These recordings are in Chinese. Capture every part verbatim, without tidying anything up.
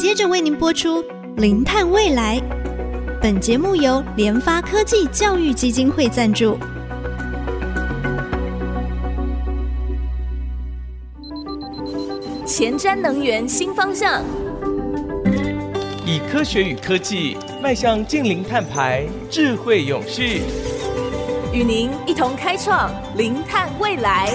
接着为您播出零碳未来。本节目由联发科技教育基金会赞助。 前瞻能源新方向， 以科学与科技迈向净零碳排，智慧永续， 与您一同开创零碳未来。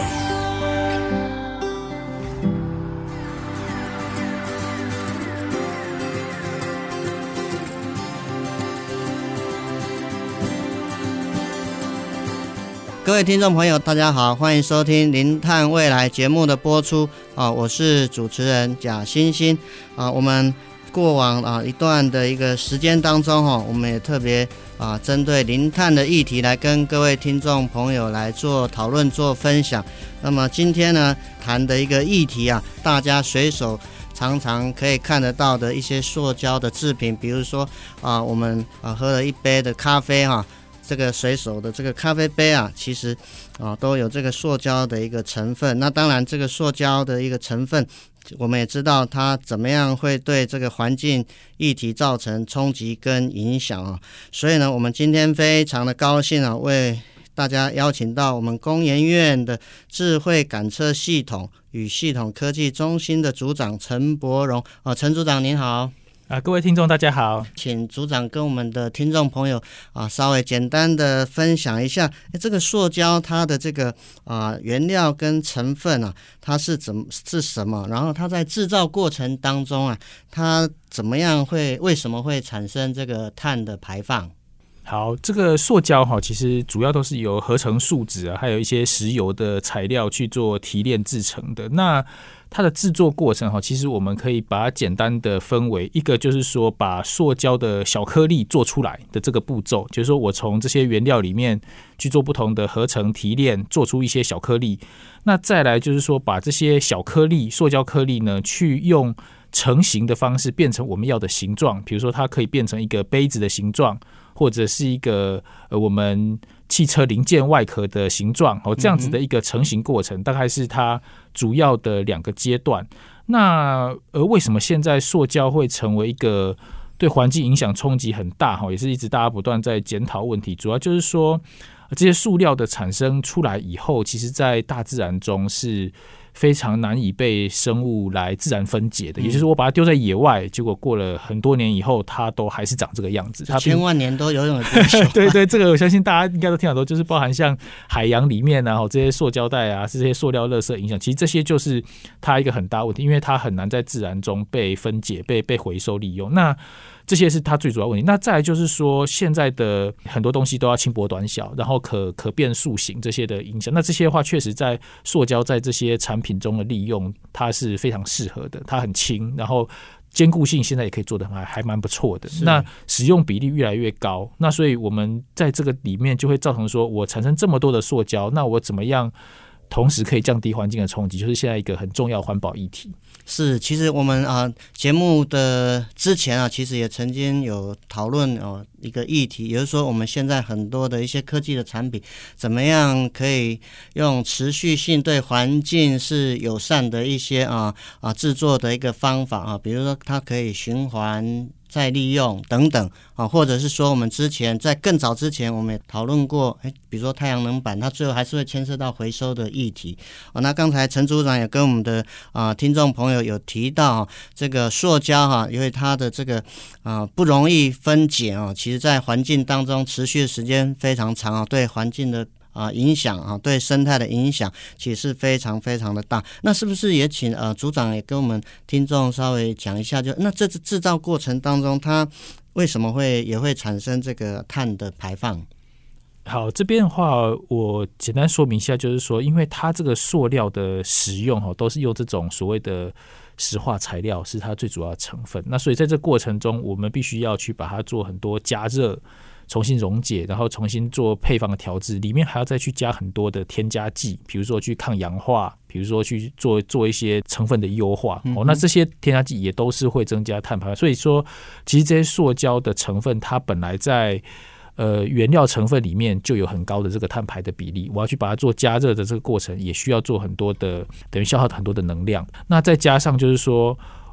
各位听众朋友大家好，欢迎收听零碳未来节目的播出啊，我是主持人贾欣欣啊。我们过往啊一段的一个时间当中哈，我们也特别啊针对零碳的议题来跟各位听众朋友来做讨论做分享。那么今天呢谈的一个议题啊，大家随手常常可以看得到的一些塑胶的制品，比如说啊我们啊喝了一杯的咖啡哈、啊。这个随手的这个咖啡杯啊，其实啊都有这个塑胶的一个成分。那当然，这个塑胶的一个成分，我们也知道它怎么样会对这个环境议题造成冲击跟影响啊。所以呢，我们今天非常的高兴啊，为大家邀请到我们工研院的智慧感测系统与系统科技中心的组长陈柏荣啊，陈组长您好。 啊，各位听众大家好， 请组长跟我们的听众朋友啊稍微简单的分享一下，这个塑胶它的这个啊原料跟成分啊，它是怎么是什么？然后它在制造过程当中啊，它怎么样会为什么会产生这个碳的排放？ 好，这个塑胶哈，其实主要都是由合成树脂啊，还有一些石油的材料去做提炼制成的。那它的制作过程哈，其实我们可以把它简单的分为一个，就是说把塑胶的小颗粒做出来的这个步骤，就是说我从这些原料里面去做不同的合成提炼，做出一些小颗粒。那再来就是说把这些小颗粒、塑胶颗粒呢，去用成型的方式变成我们要的形状，比如说它可以变成一个杯子的形状，或者是一个呃我们汽车零件外壳的形状，哦，这样子的一个成型过程，大概是它主要的两个阶段。那而为什么现在塑胶会成为一个对环境影响冲击很大，也是一直大家不断在检讨问题，主要就是说这些塑料的产生出来以后，其实在大自然中是非常难以被生物来自然分解的，也就是我把它丢在野外，结果过了很多年以后，它都还是长这个样子，它千万年都游泳的地球。 对对，这个我相信大家应该都听到多，就是包含像海洋里面啊，这些塑胶袋啊，这些塑料垃圾影响，其实这些就是它一个很大问题，因为它很难在自然中被分解、被被回收利用。那这些是它最主要问题。那再来就是说，现在的很多东西都要轻薄短小，然后可可变塑形这些的影响。那这些的话，确实在塑胶在这些产品中的利用，它是非常适合的。它很轻，然后坚固性现在也可以做得还还蛮不错的。那使用比例越来越高，那所以我们在这个里面就会造成说，我产生这么多的塑胶，那我怎么样同时可以降低环境的冲击，就是现在一个很重要的环保议题。 是，其实我们啊节目的之前啊，其实也曾经有讨论哦一个议题，也就是说我们现在很多的一些科技的产品，怎么样可以用持续性对环境是友善的一些啊啊制作的一个方法啊，比如说它可以循环再利用等等啊，或者是说我们之前在更早之前我们也讨论过，哎，比如说太阳能板，它最后还是会牵涉到回收的议题啊。那刚才陈组长也跟我们的啊听众朋友有提到、啊、这个塑胶哈、啊，因为它的这个啊不容易分解啊，其实在环境当中持续的时间非常长啊，对环境的啊，影响啊，对生态的影响其实是非常非常的大。那是不是也请呃组长也跟我们听众稍微讲一下，就那这次制造过程当中，它为什么会也会产生这个碳的排放？ 好，这边的话我简单说明一下，就是说因为它这个塑料的使用都是用这种所谓的石化材料是它最主要的成分，那所以在这过程中我们必须要去把它做很多加热，重新溶解，然后重新做配方的调制，里面还要再去加很多的添加剂，比如说去抗氧化，比如说去做做一些成分的优化、嗯哦、那这些添加剂也都是会增加碳排放。所以说其实这些塑胶的成分它本来在呃原料成分里面就有很高的这个碳排的比例，我要去把它做加热的这个过程也需要做很多的，等于消耗很多的能量。那再加上就是说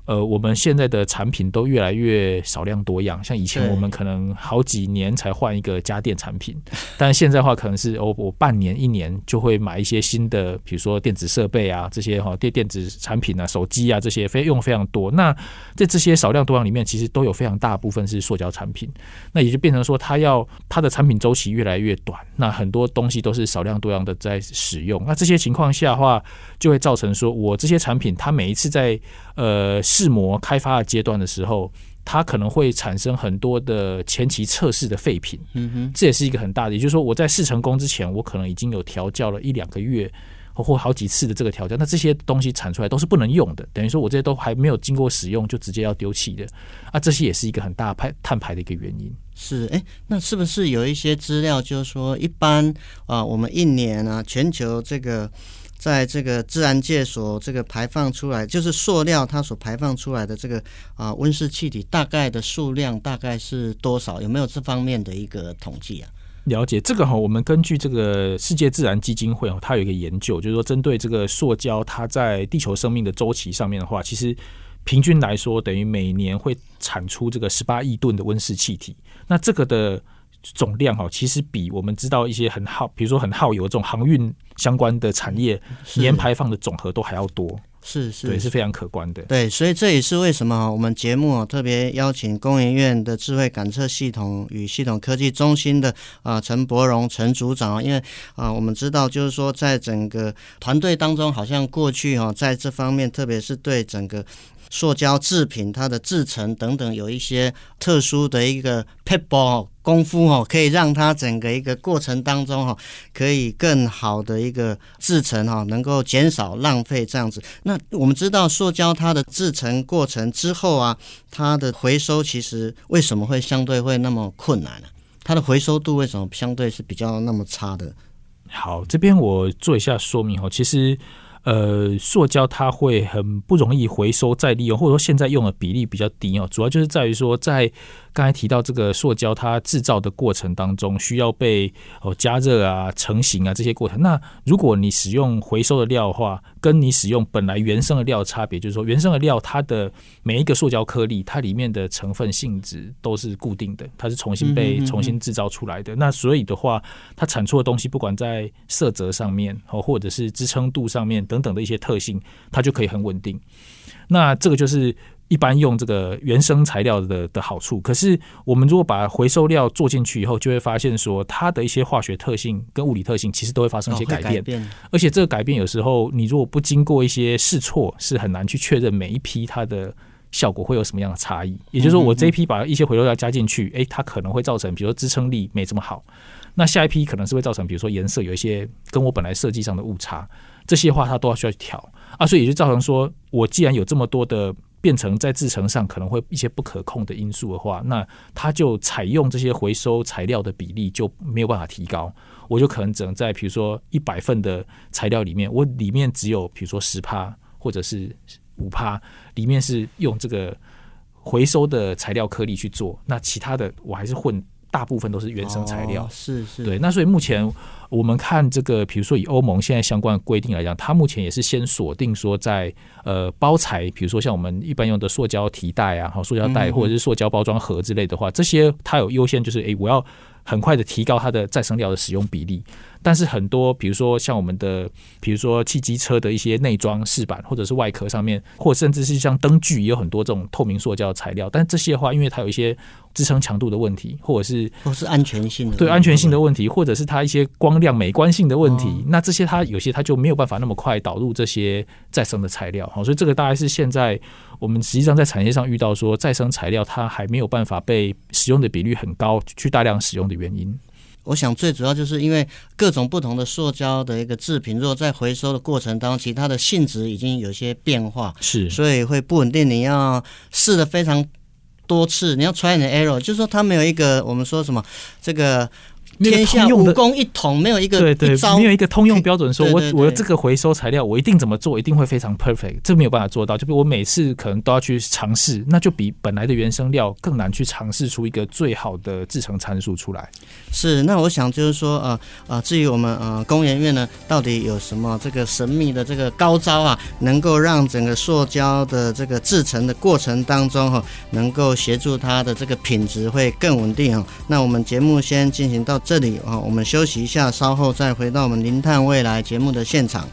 呃，我们现在的产品都越来越少量多样，像以前我们可能好几年才换一个家电产品，但现在的话可能是哦，我半年一年就会买一些新的，比如说电子设备啊，这些哈电电子产品啊、手机啊这些，非用非常多。那在这些少量多样里面，其实都有非常大部分是塑胶产品，那也就变成说，它要它的产品周期越来越短，那很多东西都是少量多样的在使用。那这些情况下的话，就会造成说我这些产品，它每一次在呃试模开发的阶段的时候，它可能会产生很多的前期测试的废品，嗯哼，这也是一个很大的，也就是说我在试成功之前，我可能已经有调教了一两个月或好几次的这个调教，那这些东西产出来都是不能用的，等于说我这些都还没有经过使用就直接要丢弃的啊，这些也是一个很大的碳排的一个原因。 是，哎，那是不是有一些资料，就是说一般啊，我们一年啊，全球这个在这个自然界所这个排放出来，就是塑料它所排放出来的这个啊温室气体大概的数量大概是多少？有没有这方面的一个统计啊？ 了解这个哈，我们根据这个世界自然基金会它有一个研究，就是说针对这个塑胶它在地球生命的周期上面的话，其实平均来说等于每年会产出这个十八亿吨的温室气体。那这个的总量哈，其实比我们知道一些很耗，比如说很耗油这种航运相关的产业年排放的总和都还要多。 是是， 对，是非常可观的。 对，所以这也是为什么我们节目特别邀请工研院的智慧感测系统与系统科技中心的啊陈柏荣陈组长，因为啊我们知道就是说在整个团队当中，好像过去哈在这方面，特别是对整个塑胶制品它的制成等等有一些特殊的一个 paper 功夫哦，可以让它整个一个过程当中哈，可以更好的一个制成哈，能够减少浪费这样子。那我们知道塑胶它的制成过程之后啊，它的回收其实为什么会相对会那么困难呢？它的回收度为什么相对是比较那么差的？ 好，这边我做一下说明哈，其实。呃，塑胶它会很不容易回收再利用，或者说现在用的比例比较低哦，主要就是在于说，在刚才提到这个塑胶它制造的过程当中，需要被哦加热啊、成型啊这些过程。那如果你使用回收的料的话，跟你使用本来原生的料的差别，就是说原生的料它的每一个塑胶颗粒，它里面的成分性质都是固定的，它是重新被重新制造出来的。那所以的话，它产出的东西，不管在色泽上面哦，或者是支撑度上面等等的一些特性，它就可以很稳定。那这个就是一般用这个原生材料 的, 的好处。可是我们如果把回收料做进去以后，就会发现说它的一些化学特性跟物理特性其实都会发生一些改 变,、哦、改变而且这个改变有时候你如果不经过一些试错，是很难去确认每一批它的效果会有什么样的差异。也就是说我这一批把一些回收料加进去，诶，它可能会造成比如说支撑力没这么好，那下一批可能是会造成比如说颜色有一些跟我本来设计上的误差，这些话它都要需要去调啊，所以也就造成说我既然有这么多的变成在制程上可能会一些不可控的因素的话，那它就采用这些回收材料的比例就没有办法提高，我就可能只能在比如说一百份的材料里面，我里面只有比如说 百分之十 或者是 百分之五 里面是用这个回收的材料颗粒去做，那其他的我还是混大部分都是原生材料、哦、 是是， 对。那所以目前我们看这个，比如说以欧盟现在相关的规定来讲，它目前也是先锁定说在呃包材，比如说像我们一般用的塑胶提袋啊、塑胶袋或者是塑胶包装盒之类的话，这些它有优先，就是诶我要很快的提高它的再生料的使用比例。但是很多比如说像我们的比如说汽机车的一些内装饰板或者是外壳上面，或甚至是像灯具也有很多这种透明塑胶材料，但这些的话因为它有一些支撑强度的问题，或者是或是安全性的， 对安全性的问题，或者是它一些光亮美观性的问题、哦、那这些它有些它就没有办法那么快导入这些再生的材料，所以这个大概是现在我们实际上在产业上遇到说再生材料它还没有办法被使用的比率很高去大量使用的原因。 我想最主要就是因为各种不同的塑胶的一个制品，如果在回收的过程当中，其他的性质已经有些变化， 是， 所以会不稳定。你要试的非常多次，你要 try and error， 就是说它没有一个我们说什么这个天下武功一统，没有一个对对， 一招没有一个通用标准说， 对对对我我这个回收材料我一定怎么做，一定会非常 perfect， 这没有办法做到。就比如我每次可能都要去尝试，那就比本来的原生料更难去尝试出一个最好的制成参数出来。 是，那我想就是说，呃呃，至于我们呃工研院呢，到底有什么这个神秘的这个高招啊，能够让整个塑胶的这个制成的过程当中哈、哦，能够协助它的这个品质会更稳定哦。那我们节目先进行到这里啊、哦，我们休息一下，稍后再回到我们零碳未来节目的现场。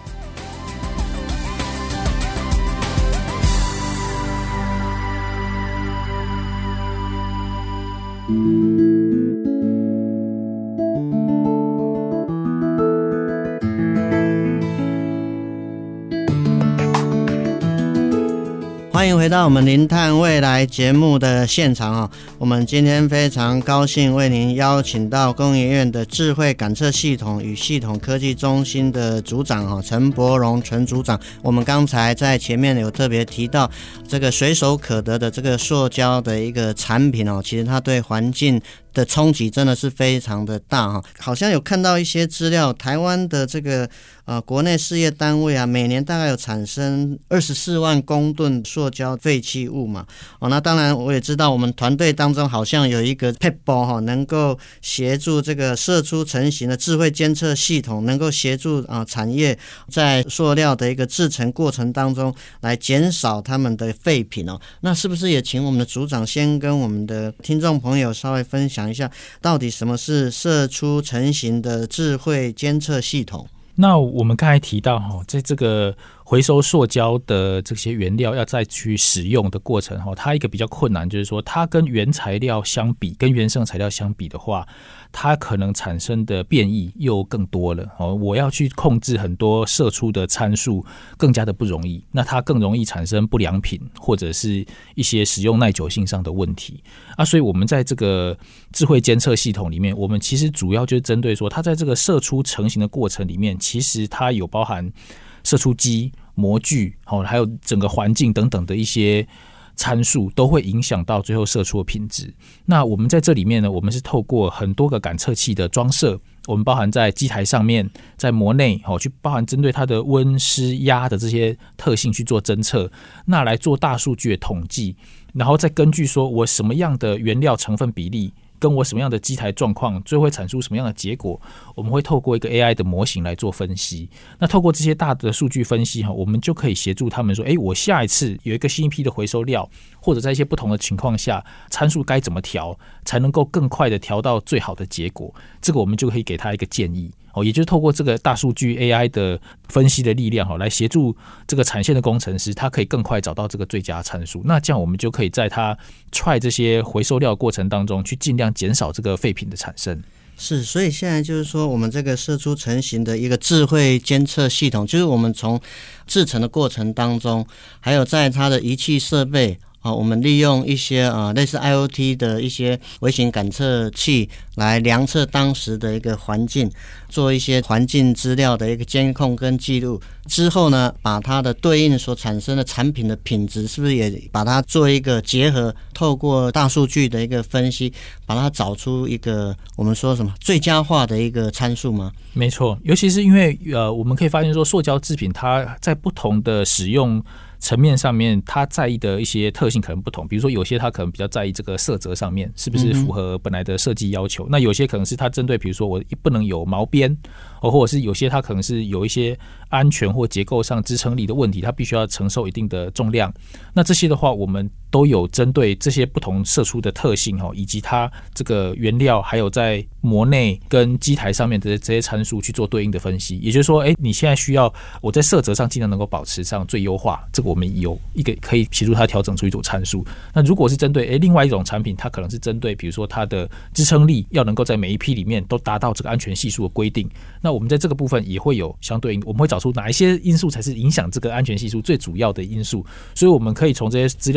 欢迎回到我们零碳未来节目的现场哦。我们今天非常高兴为您邀请到工研院的智慧感测系统与系统科技中心的组长哦，陈柏荣陈组长。我们刚才在前面有特别提到这个随手可得的这个塑胶的一个产品哦，其实它对环境的冲击真的是非常的大哈，好像有看到一些资料，台湾的这个呃国内事业单位啊，每年大概有产生二十四万公吨塑胶废弃物嘛。哦，那当然我也知道，我们团队当中好像有一个 P E P 哈，能够协助这个射出成型的智慧监测系统，能够协助啊、呃、产业在塑料的一个制成过程当中来减少他们的废品哦。那是不是也请我们的组长先跟我们的听众朋友稍微分享讲一下到底什么是射出成型的智慧监测系统？ 那我们刚才提到哈，在这个回收塑胶的这些原料要再去使用的过程哈，它一个比较困难就是说，它跟原材料相比，跟原生材料相比的话，它可能产生的变异又更多了哦。我要去控制很多射出的参数，更加的不容易。那它更容易产生不良品或者是一些使用耐久性上的问题啊。所以我们在这个智慧监测系统里面，我们其实主要就是针对说，它在这个射出成型的过程里面，其实它有包含射出机、模具，还有整个环境等等的一些参数，都会影响到最后射出的品质。那我们在这里面呢，我们是透过很多个感测器的装设，我们包含在机台上面，在模内去包含针对它的温湿压的这些特性去做侦测，那来做大数据的统计，然后再根据说我什么样的原料成分比例，跟我什么样的机台状况，最后会产出什么样的结果，我们会透过一个 A I 的模型来做分析。那透过这些大的数据分析，我们就可以协助他们说，诶，我下一次有一个新一批的回收料，或者在一些不同的情况下，参数该怎么调，才能够更快的调到最好的结果。这个我们就可以给他一个建议。也就是透过这个大数据 A I 的分析的力量，来协助这个产线的工程师，他可以更快找到这个最佳参数。那这样我们就可以在他 try 这些回收料的过程当中，去尽量减少这个废品的产生。 是，所以现在就是说，我们这个射出成型的一个智慧监测系统，就是我们从制成的过程当中，还有在它的仪器设备。啊，我们利用一些呃类似 I O T 的一些微型感测器来量测当时的一个环境，做一些环境资料的一个监控跟记录。之后呢，把它的对应所产生的产品的品质，是不是也把它做一个结合？透过大数据的一个分析，把它找出一个我们说什么最佳化的一个参数吗？ 没错，尤其是因为呃，我们可以发现说，塑胶制品它在不同的使用层面上面，它在意的一些特性可能不同。比如说，有些它可能比较在意这个色泽上面是不是符合本来的设计要求，嗯、那有些可能是它针对，比如说我不能有毛边，或者是有些它可能是有一些安全或结构上支撑力的问题，它必须要承受一定的重量。那这些的话，我们都有针对这些不同射出的特性，以及它这个原料，还有在模内跟机台上面的这些参数去做对应的分析。也就是说，哎，你现在需要我在色泽上尽量能够保持上最优化，这个我们有一个可以协助它调整出一组参数。那如果是针对哎另外一种产品，它可能是针对比如说它的支撑力要能够在每一批里面都达到这个安全系数的规定，那我们在这个部分也会有相对应，我们会找出哪一些因素才是影响这个安全系数最主要的因素。所以我们可以从这些资料数据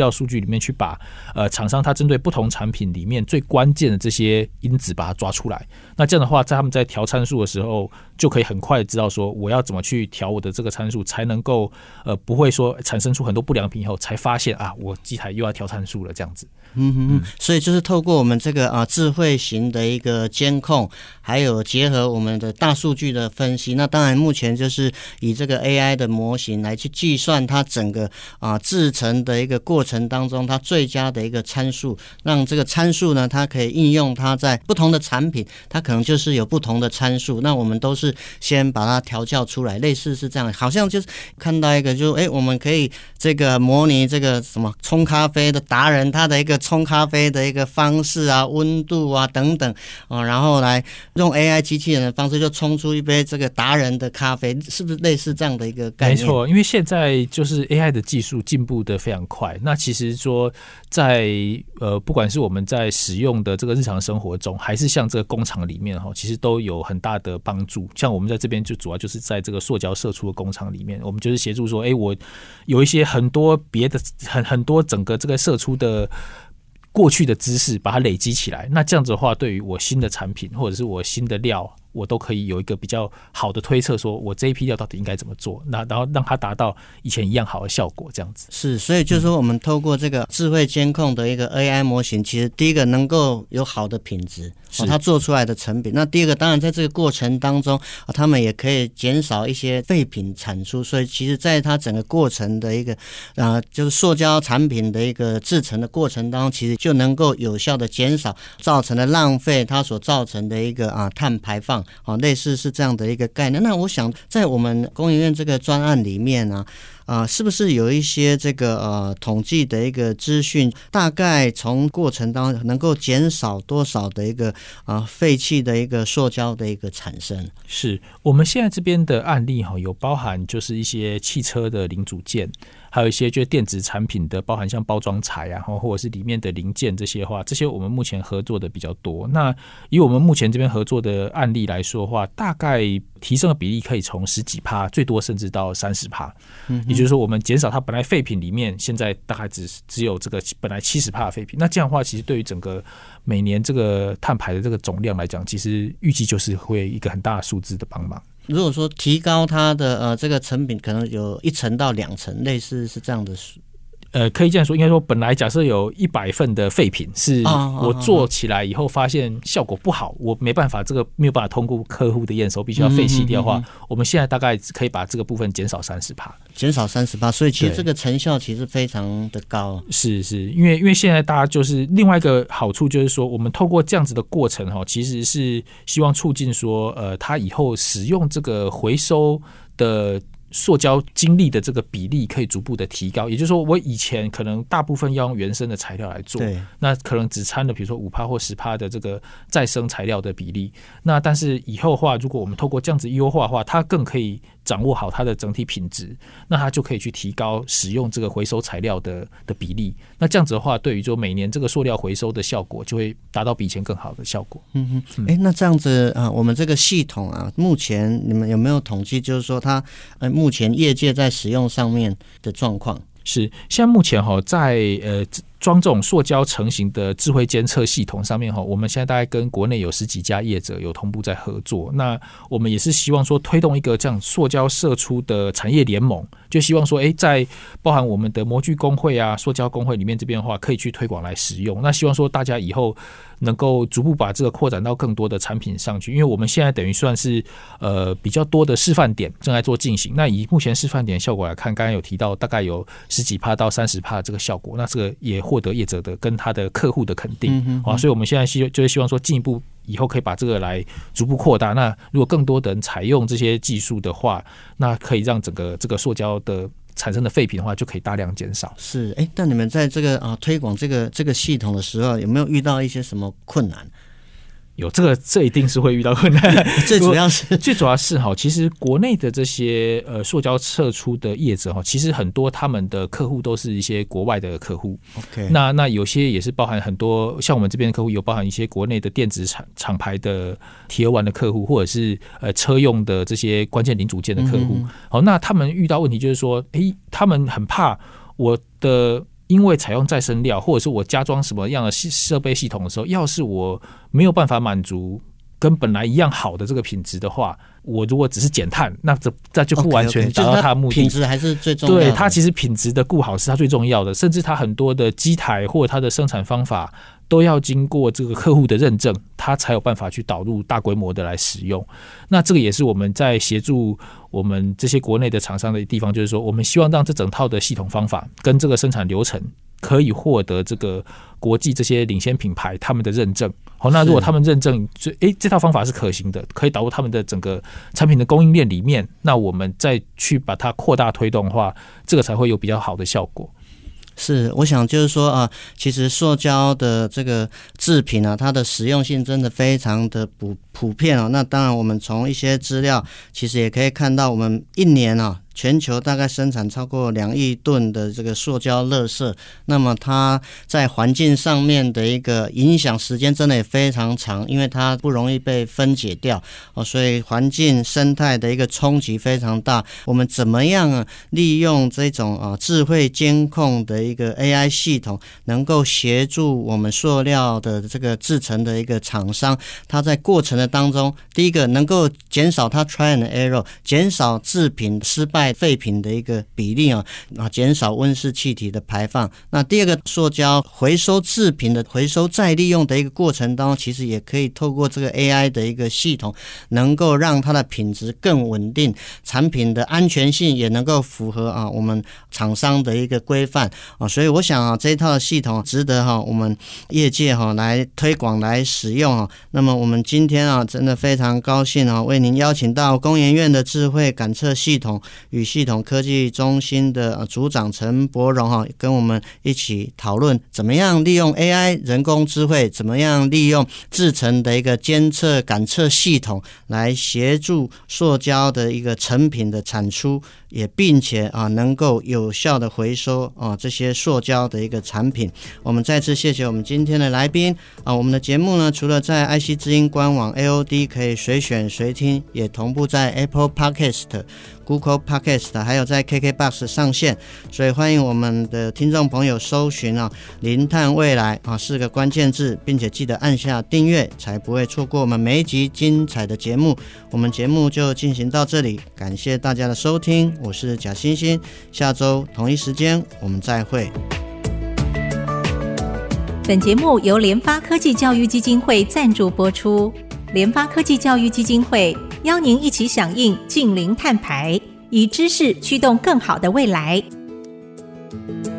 里面去把呃厂商他针对不同产品里面最关键的这些因子把它抓出来。那这样的话，在他们在调参数的时候，就可以很快知道说我要怎么去调我的这个参数，才能够呃不会说产生出很多不良品以后才发现啊，我机台又要调参数了这样子。 嗯哼，所以就是透过我们这个啊智慧型的一个监控，还有结合我们的大数据的分析，那当然目前就是以这个 A I 的模型来去计算它整个啊制程的一个过程当中它最佳的一个参数，让这个参数呢它可以应用它在不同的产品，它可能就是有不同的参数，那我们都是先把它调教出来，类似是这样，好像就是看到一个就哎我们可以这个模拟这个什么冲咖啡的达人他的一个冲咖啡的一个方式啊、温度啊等等啊，然后来用 A I 机器人的方式就冲出一杯这个达人的咖啡，是不是类似这样的一个概念？ 没错，因为现在就是 A I 的技术进步的非常快。那其实说在呃，不管是我们在使用的这个日常生活中，还是像这个工厂里面哈，其实都有很大的帮助。像我们在这边就主要就是在这个塑胶射出的工厂里面，我们就是协助说，哎，我有一些很多别的很很多整个这个射出的过去的知识把它累积起来，那这样子的话，对于我新的产品或者是我新的料，我都可以有一个比较好的推测，说我这一批料到底应该怎么做，那然后让它达到以前一样好的效果，这样子。 是，所以就是说，我们透过这个智慧监控的一个 A I 模型，其实第一个能够有好的品质，哦，它做出来的成品。那第二个，当然在这个过程当中，啊，他们也可以减少一些废品产出，所以其实在它整个过程的一个呃，就是塑胶产品的一个制成的过程当中，其实就能够有效的减少造成的浪费，它所造成的一个啊碳排放。好，类似是这样的一个概念。那我想在我们工研院这个专案里面呢，啊，呃，是不是有一些这个呃统计的一个资讯，大概从过程当中能够减少多少的一个啊，呃，废弃的一个塑胶的一个产生？ 是我们现在这边的案例哈，有包含就是一些汽车的零组件，还有一些就是电子产品的，包含像包装材啊，或者是里面的零件这些话，这些我们目前合作的比较多。那以我们目前这边合作的案例来说的话，大概提升的比例可以从十几趴，最多甚至到三十趴。嗯，也就是说，我们减少它本来废品里面，现在大概只只有这个本来七十趴的废品。那这样的话，其实对于整个每年这个碳排的这个总量来讲，其实预计就是会一个很大的数字的帮忙。 如果说提高它的呃这个成品，可能有一成到两成，类似是这样的。 呃，可以这样说，应该说，本来假设有一百份的废品，是我做起来以后发现效果不好，我没办法，这个没有办法通过客户的验收，必须要废弃掉的话，嗯嗯嗯嗯，我们现在大概可以把这个部分减少三十趴， 减少三十趴，所以其实这个成效其实非常的高。 是是，因为因为现在大家就是另外一个好处就是说，我们透过这样子的过程哈，其实是希望促进说，呃，他以后使用这个回收的塑胶精力的这个比例可以逐步的提高，也就是说，我以前可能大部分要用原生的材料来做，那可能只掺了比如说五趴或十趴的这个再生材料的比例。那但是以后的话，如果我们透过这样子优化的话，它更可以掌握好它的整体品质，那它就可以去提高使用这个回收材料的的比例。那这样子的话，对于说每年这个塑料回收的效果，就会达到比以前更好的效果。 嗯哼，哎，那这样子啊，我们这个系统啊，目前你们有没有统计，就是说它呃目前业界在使用上面的状况？ 是，现在目前哈，在呃装这种塑胶成型的智慧监测系统上面哈，我们现在大概跟国内有十几家业者有同步在合作。那我们也是希望说推动一个这样塑胶射出的产业联盟，就希望说，哎，在包含我们的模具工会啊、塑胶工会里面这边的话，可以去推广来使用。那希望说大家以后能够逐步把这个扩展到更多的产品上去，因为我们现在等于算是呃比较多的示范点正在做进行。那以目前示范点效果来看，刚才有提到大概有十几趴到三十趴这个效果，那这个也获得业者的跟他的客户的肯定，嗯哼哼，啊，所以我们现在希就是希望说进一步以后可以把这个来逐步扩大。那如果更多的人采用这些技术的话，那可以让整个这个塑胶的产生的废品的话就可以大量减少。 是，哎，但你们在这个啊推广这个这个系统的时候，有没有遇到一些什么困难？ 有，这个这一定是会遇到困难。 最主要是最主要是哈，其实国内的这些呃塑胶射出的业者哈，其实很多他们的客户都是一些国外的客户。 OK， 那那有些也是包含很多，像我们这边的客户有包含一些国内的电子厂厂牌的铁丸的客户，或者是呃车用的这些关键零组件的客户。好，嗯，那他们遇到问题就是说，哎，他们很怕我的。 因为采用再生料，或者是我加装什么样的设备系统的时候，要是我没有办法满足跟本来一样好的这个品质的话，我如果只是减碳，那这这就不完全达到它的目的。 品质还是最重要的。 对，它其实品质的顾好是它最重要的，甚至它很多的机台或者它的生产方法都要经过这个客户的认证，它才有办法去导入大规模的来使用。那这个也是我们在协助我们这些国内的厂商的地方，就是说我们希望让这整套的系统方法跟这个生产流程可以获得这个国际这些领先品牌他们的认证。好，那如果他们认证，诶，这套方法是可行的，可以导入他们的整个产品的供应链里面，那我们再去把它扩大推动的话，这个才会有比较好的效果。 是，我想就是说啊，其实塑胶的这个制品啊，它的实用性真的非常的普普遍哦。那当然，我们从一些资料，其实也可以看到，我们一年啊，全球大概生产超过两亿吨的这个塑胶垃圾，那么它在环境上面的一个影响时间真的也非常长，因为它不容易被分解掉哦，所以环境生态的一个冲击非常大。我们怎么样啊，利用这种啊智慧监控的一个 A I 系统，能够协助我们塑料的这个制成的一个厂商，它在过程的当中，第一个能够减少它 try and error， 减少制品失败废品的一个比例啊，减少温室气体的排放。那第二个，塑胶回收制品的回收再利用的一个过程当中，其实也可以透过这个 A I 的一个系统，能够让它的品质更稳定，产品的安全性也能够符合啊我们厂商的一个规范啊。所以我想啊，这一套系统值得哈我们业界哈来推广来使用啊。那么我们今天啊，真的非常高兴啊，为您邀请到工研院的智慧感测系统与系统科技中心的组长陈柏荣哈，跟我们一起讨论怎么样利用 A I 人工智慧，怎么样利用制成的一个监测感测系统来协助塑胶的一个成品的产出，也并且啊能够有效的回收啊这些塑胶的一个产品。我们再次谢谢我们今天的来宾啊，我们的节目呢，除了在爱惜之音官网 A O D 可以随选随听，也同步在 Apple Podcast、Google Podcast 还有在 K K B O X 上线，所以欢迎我们的听众朋友搜寻啊零碳未来啊四个关键字，并且记得按下订阅，才不会错过我们每一集精彩的节目。我们节目就进行到这里，感谢大家的收听，我是贾欣欣，下周同一时间我们再会。 本节目由联发科技教育基金会赞助播出。联发科技教育基金会邀您一起响应净零碳排，以知识驱动更好的未来。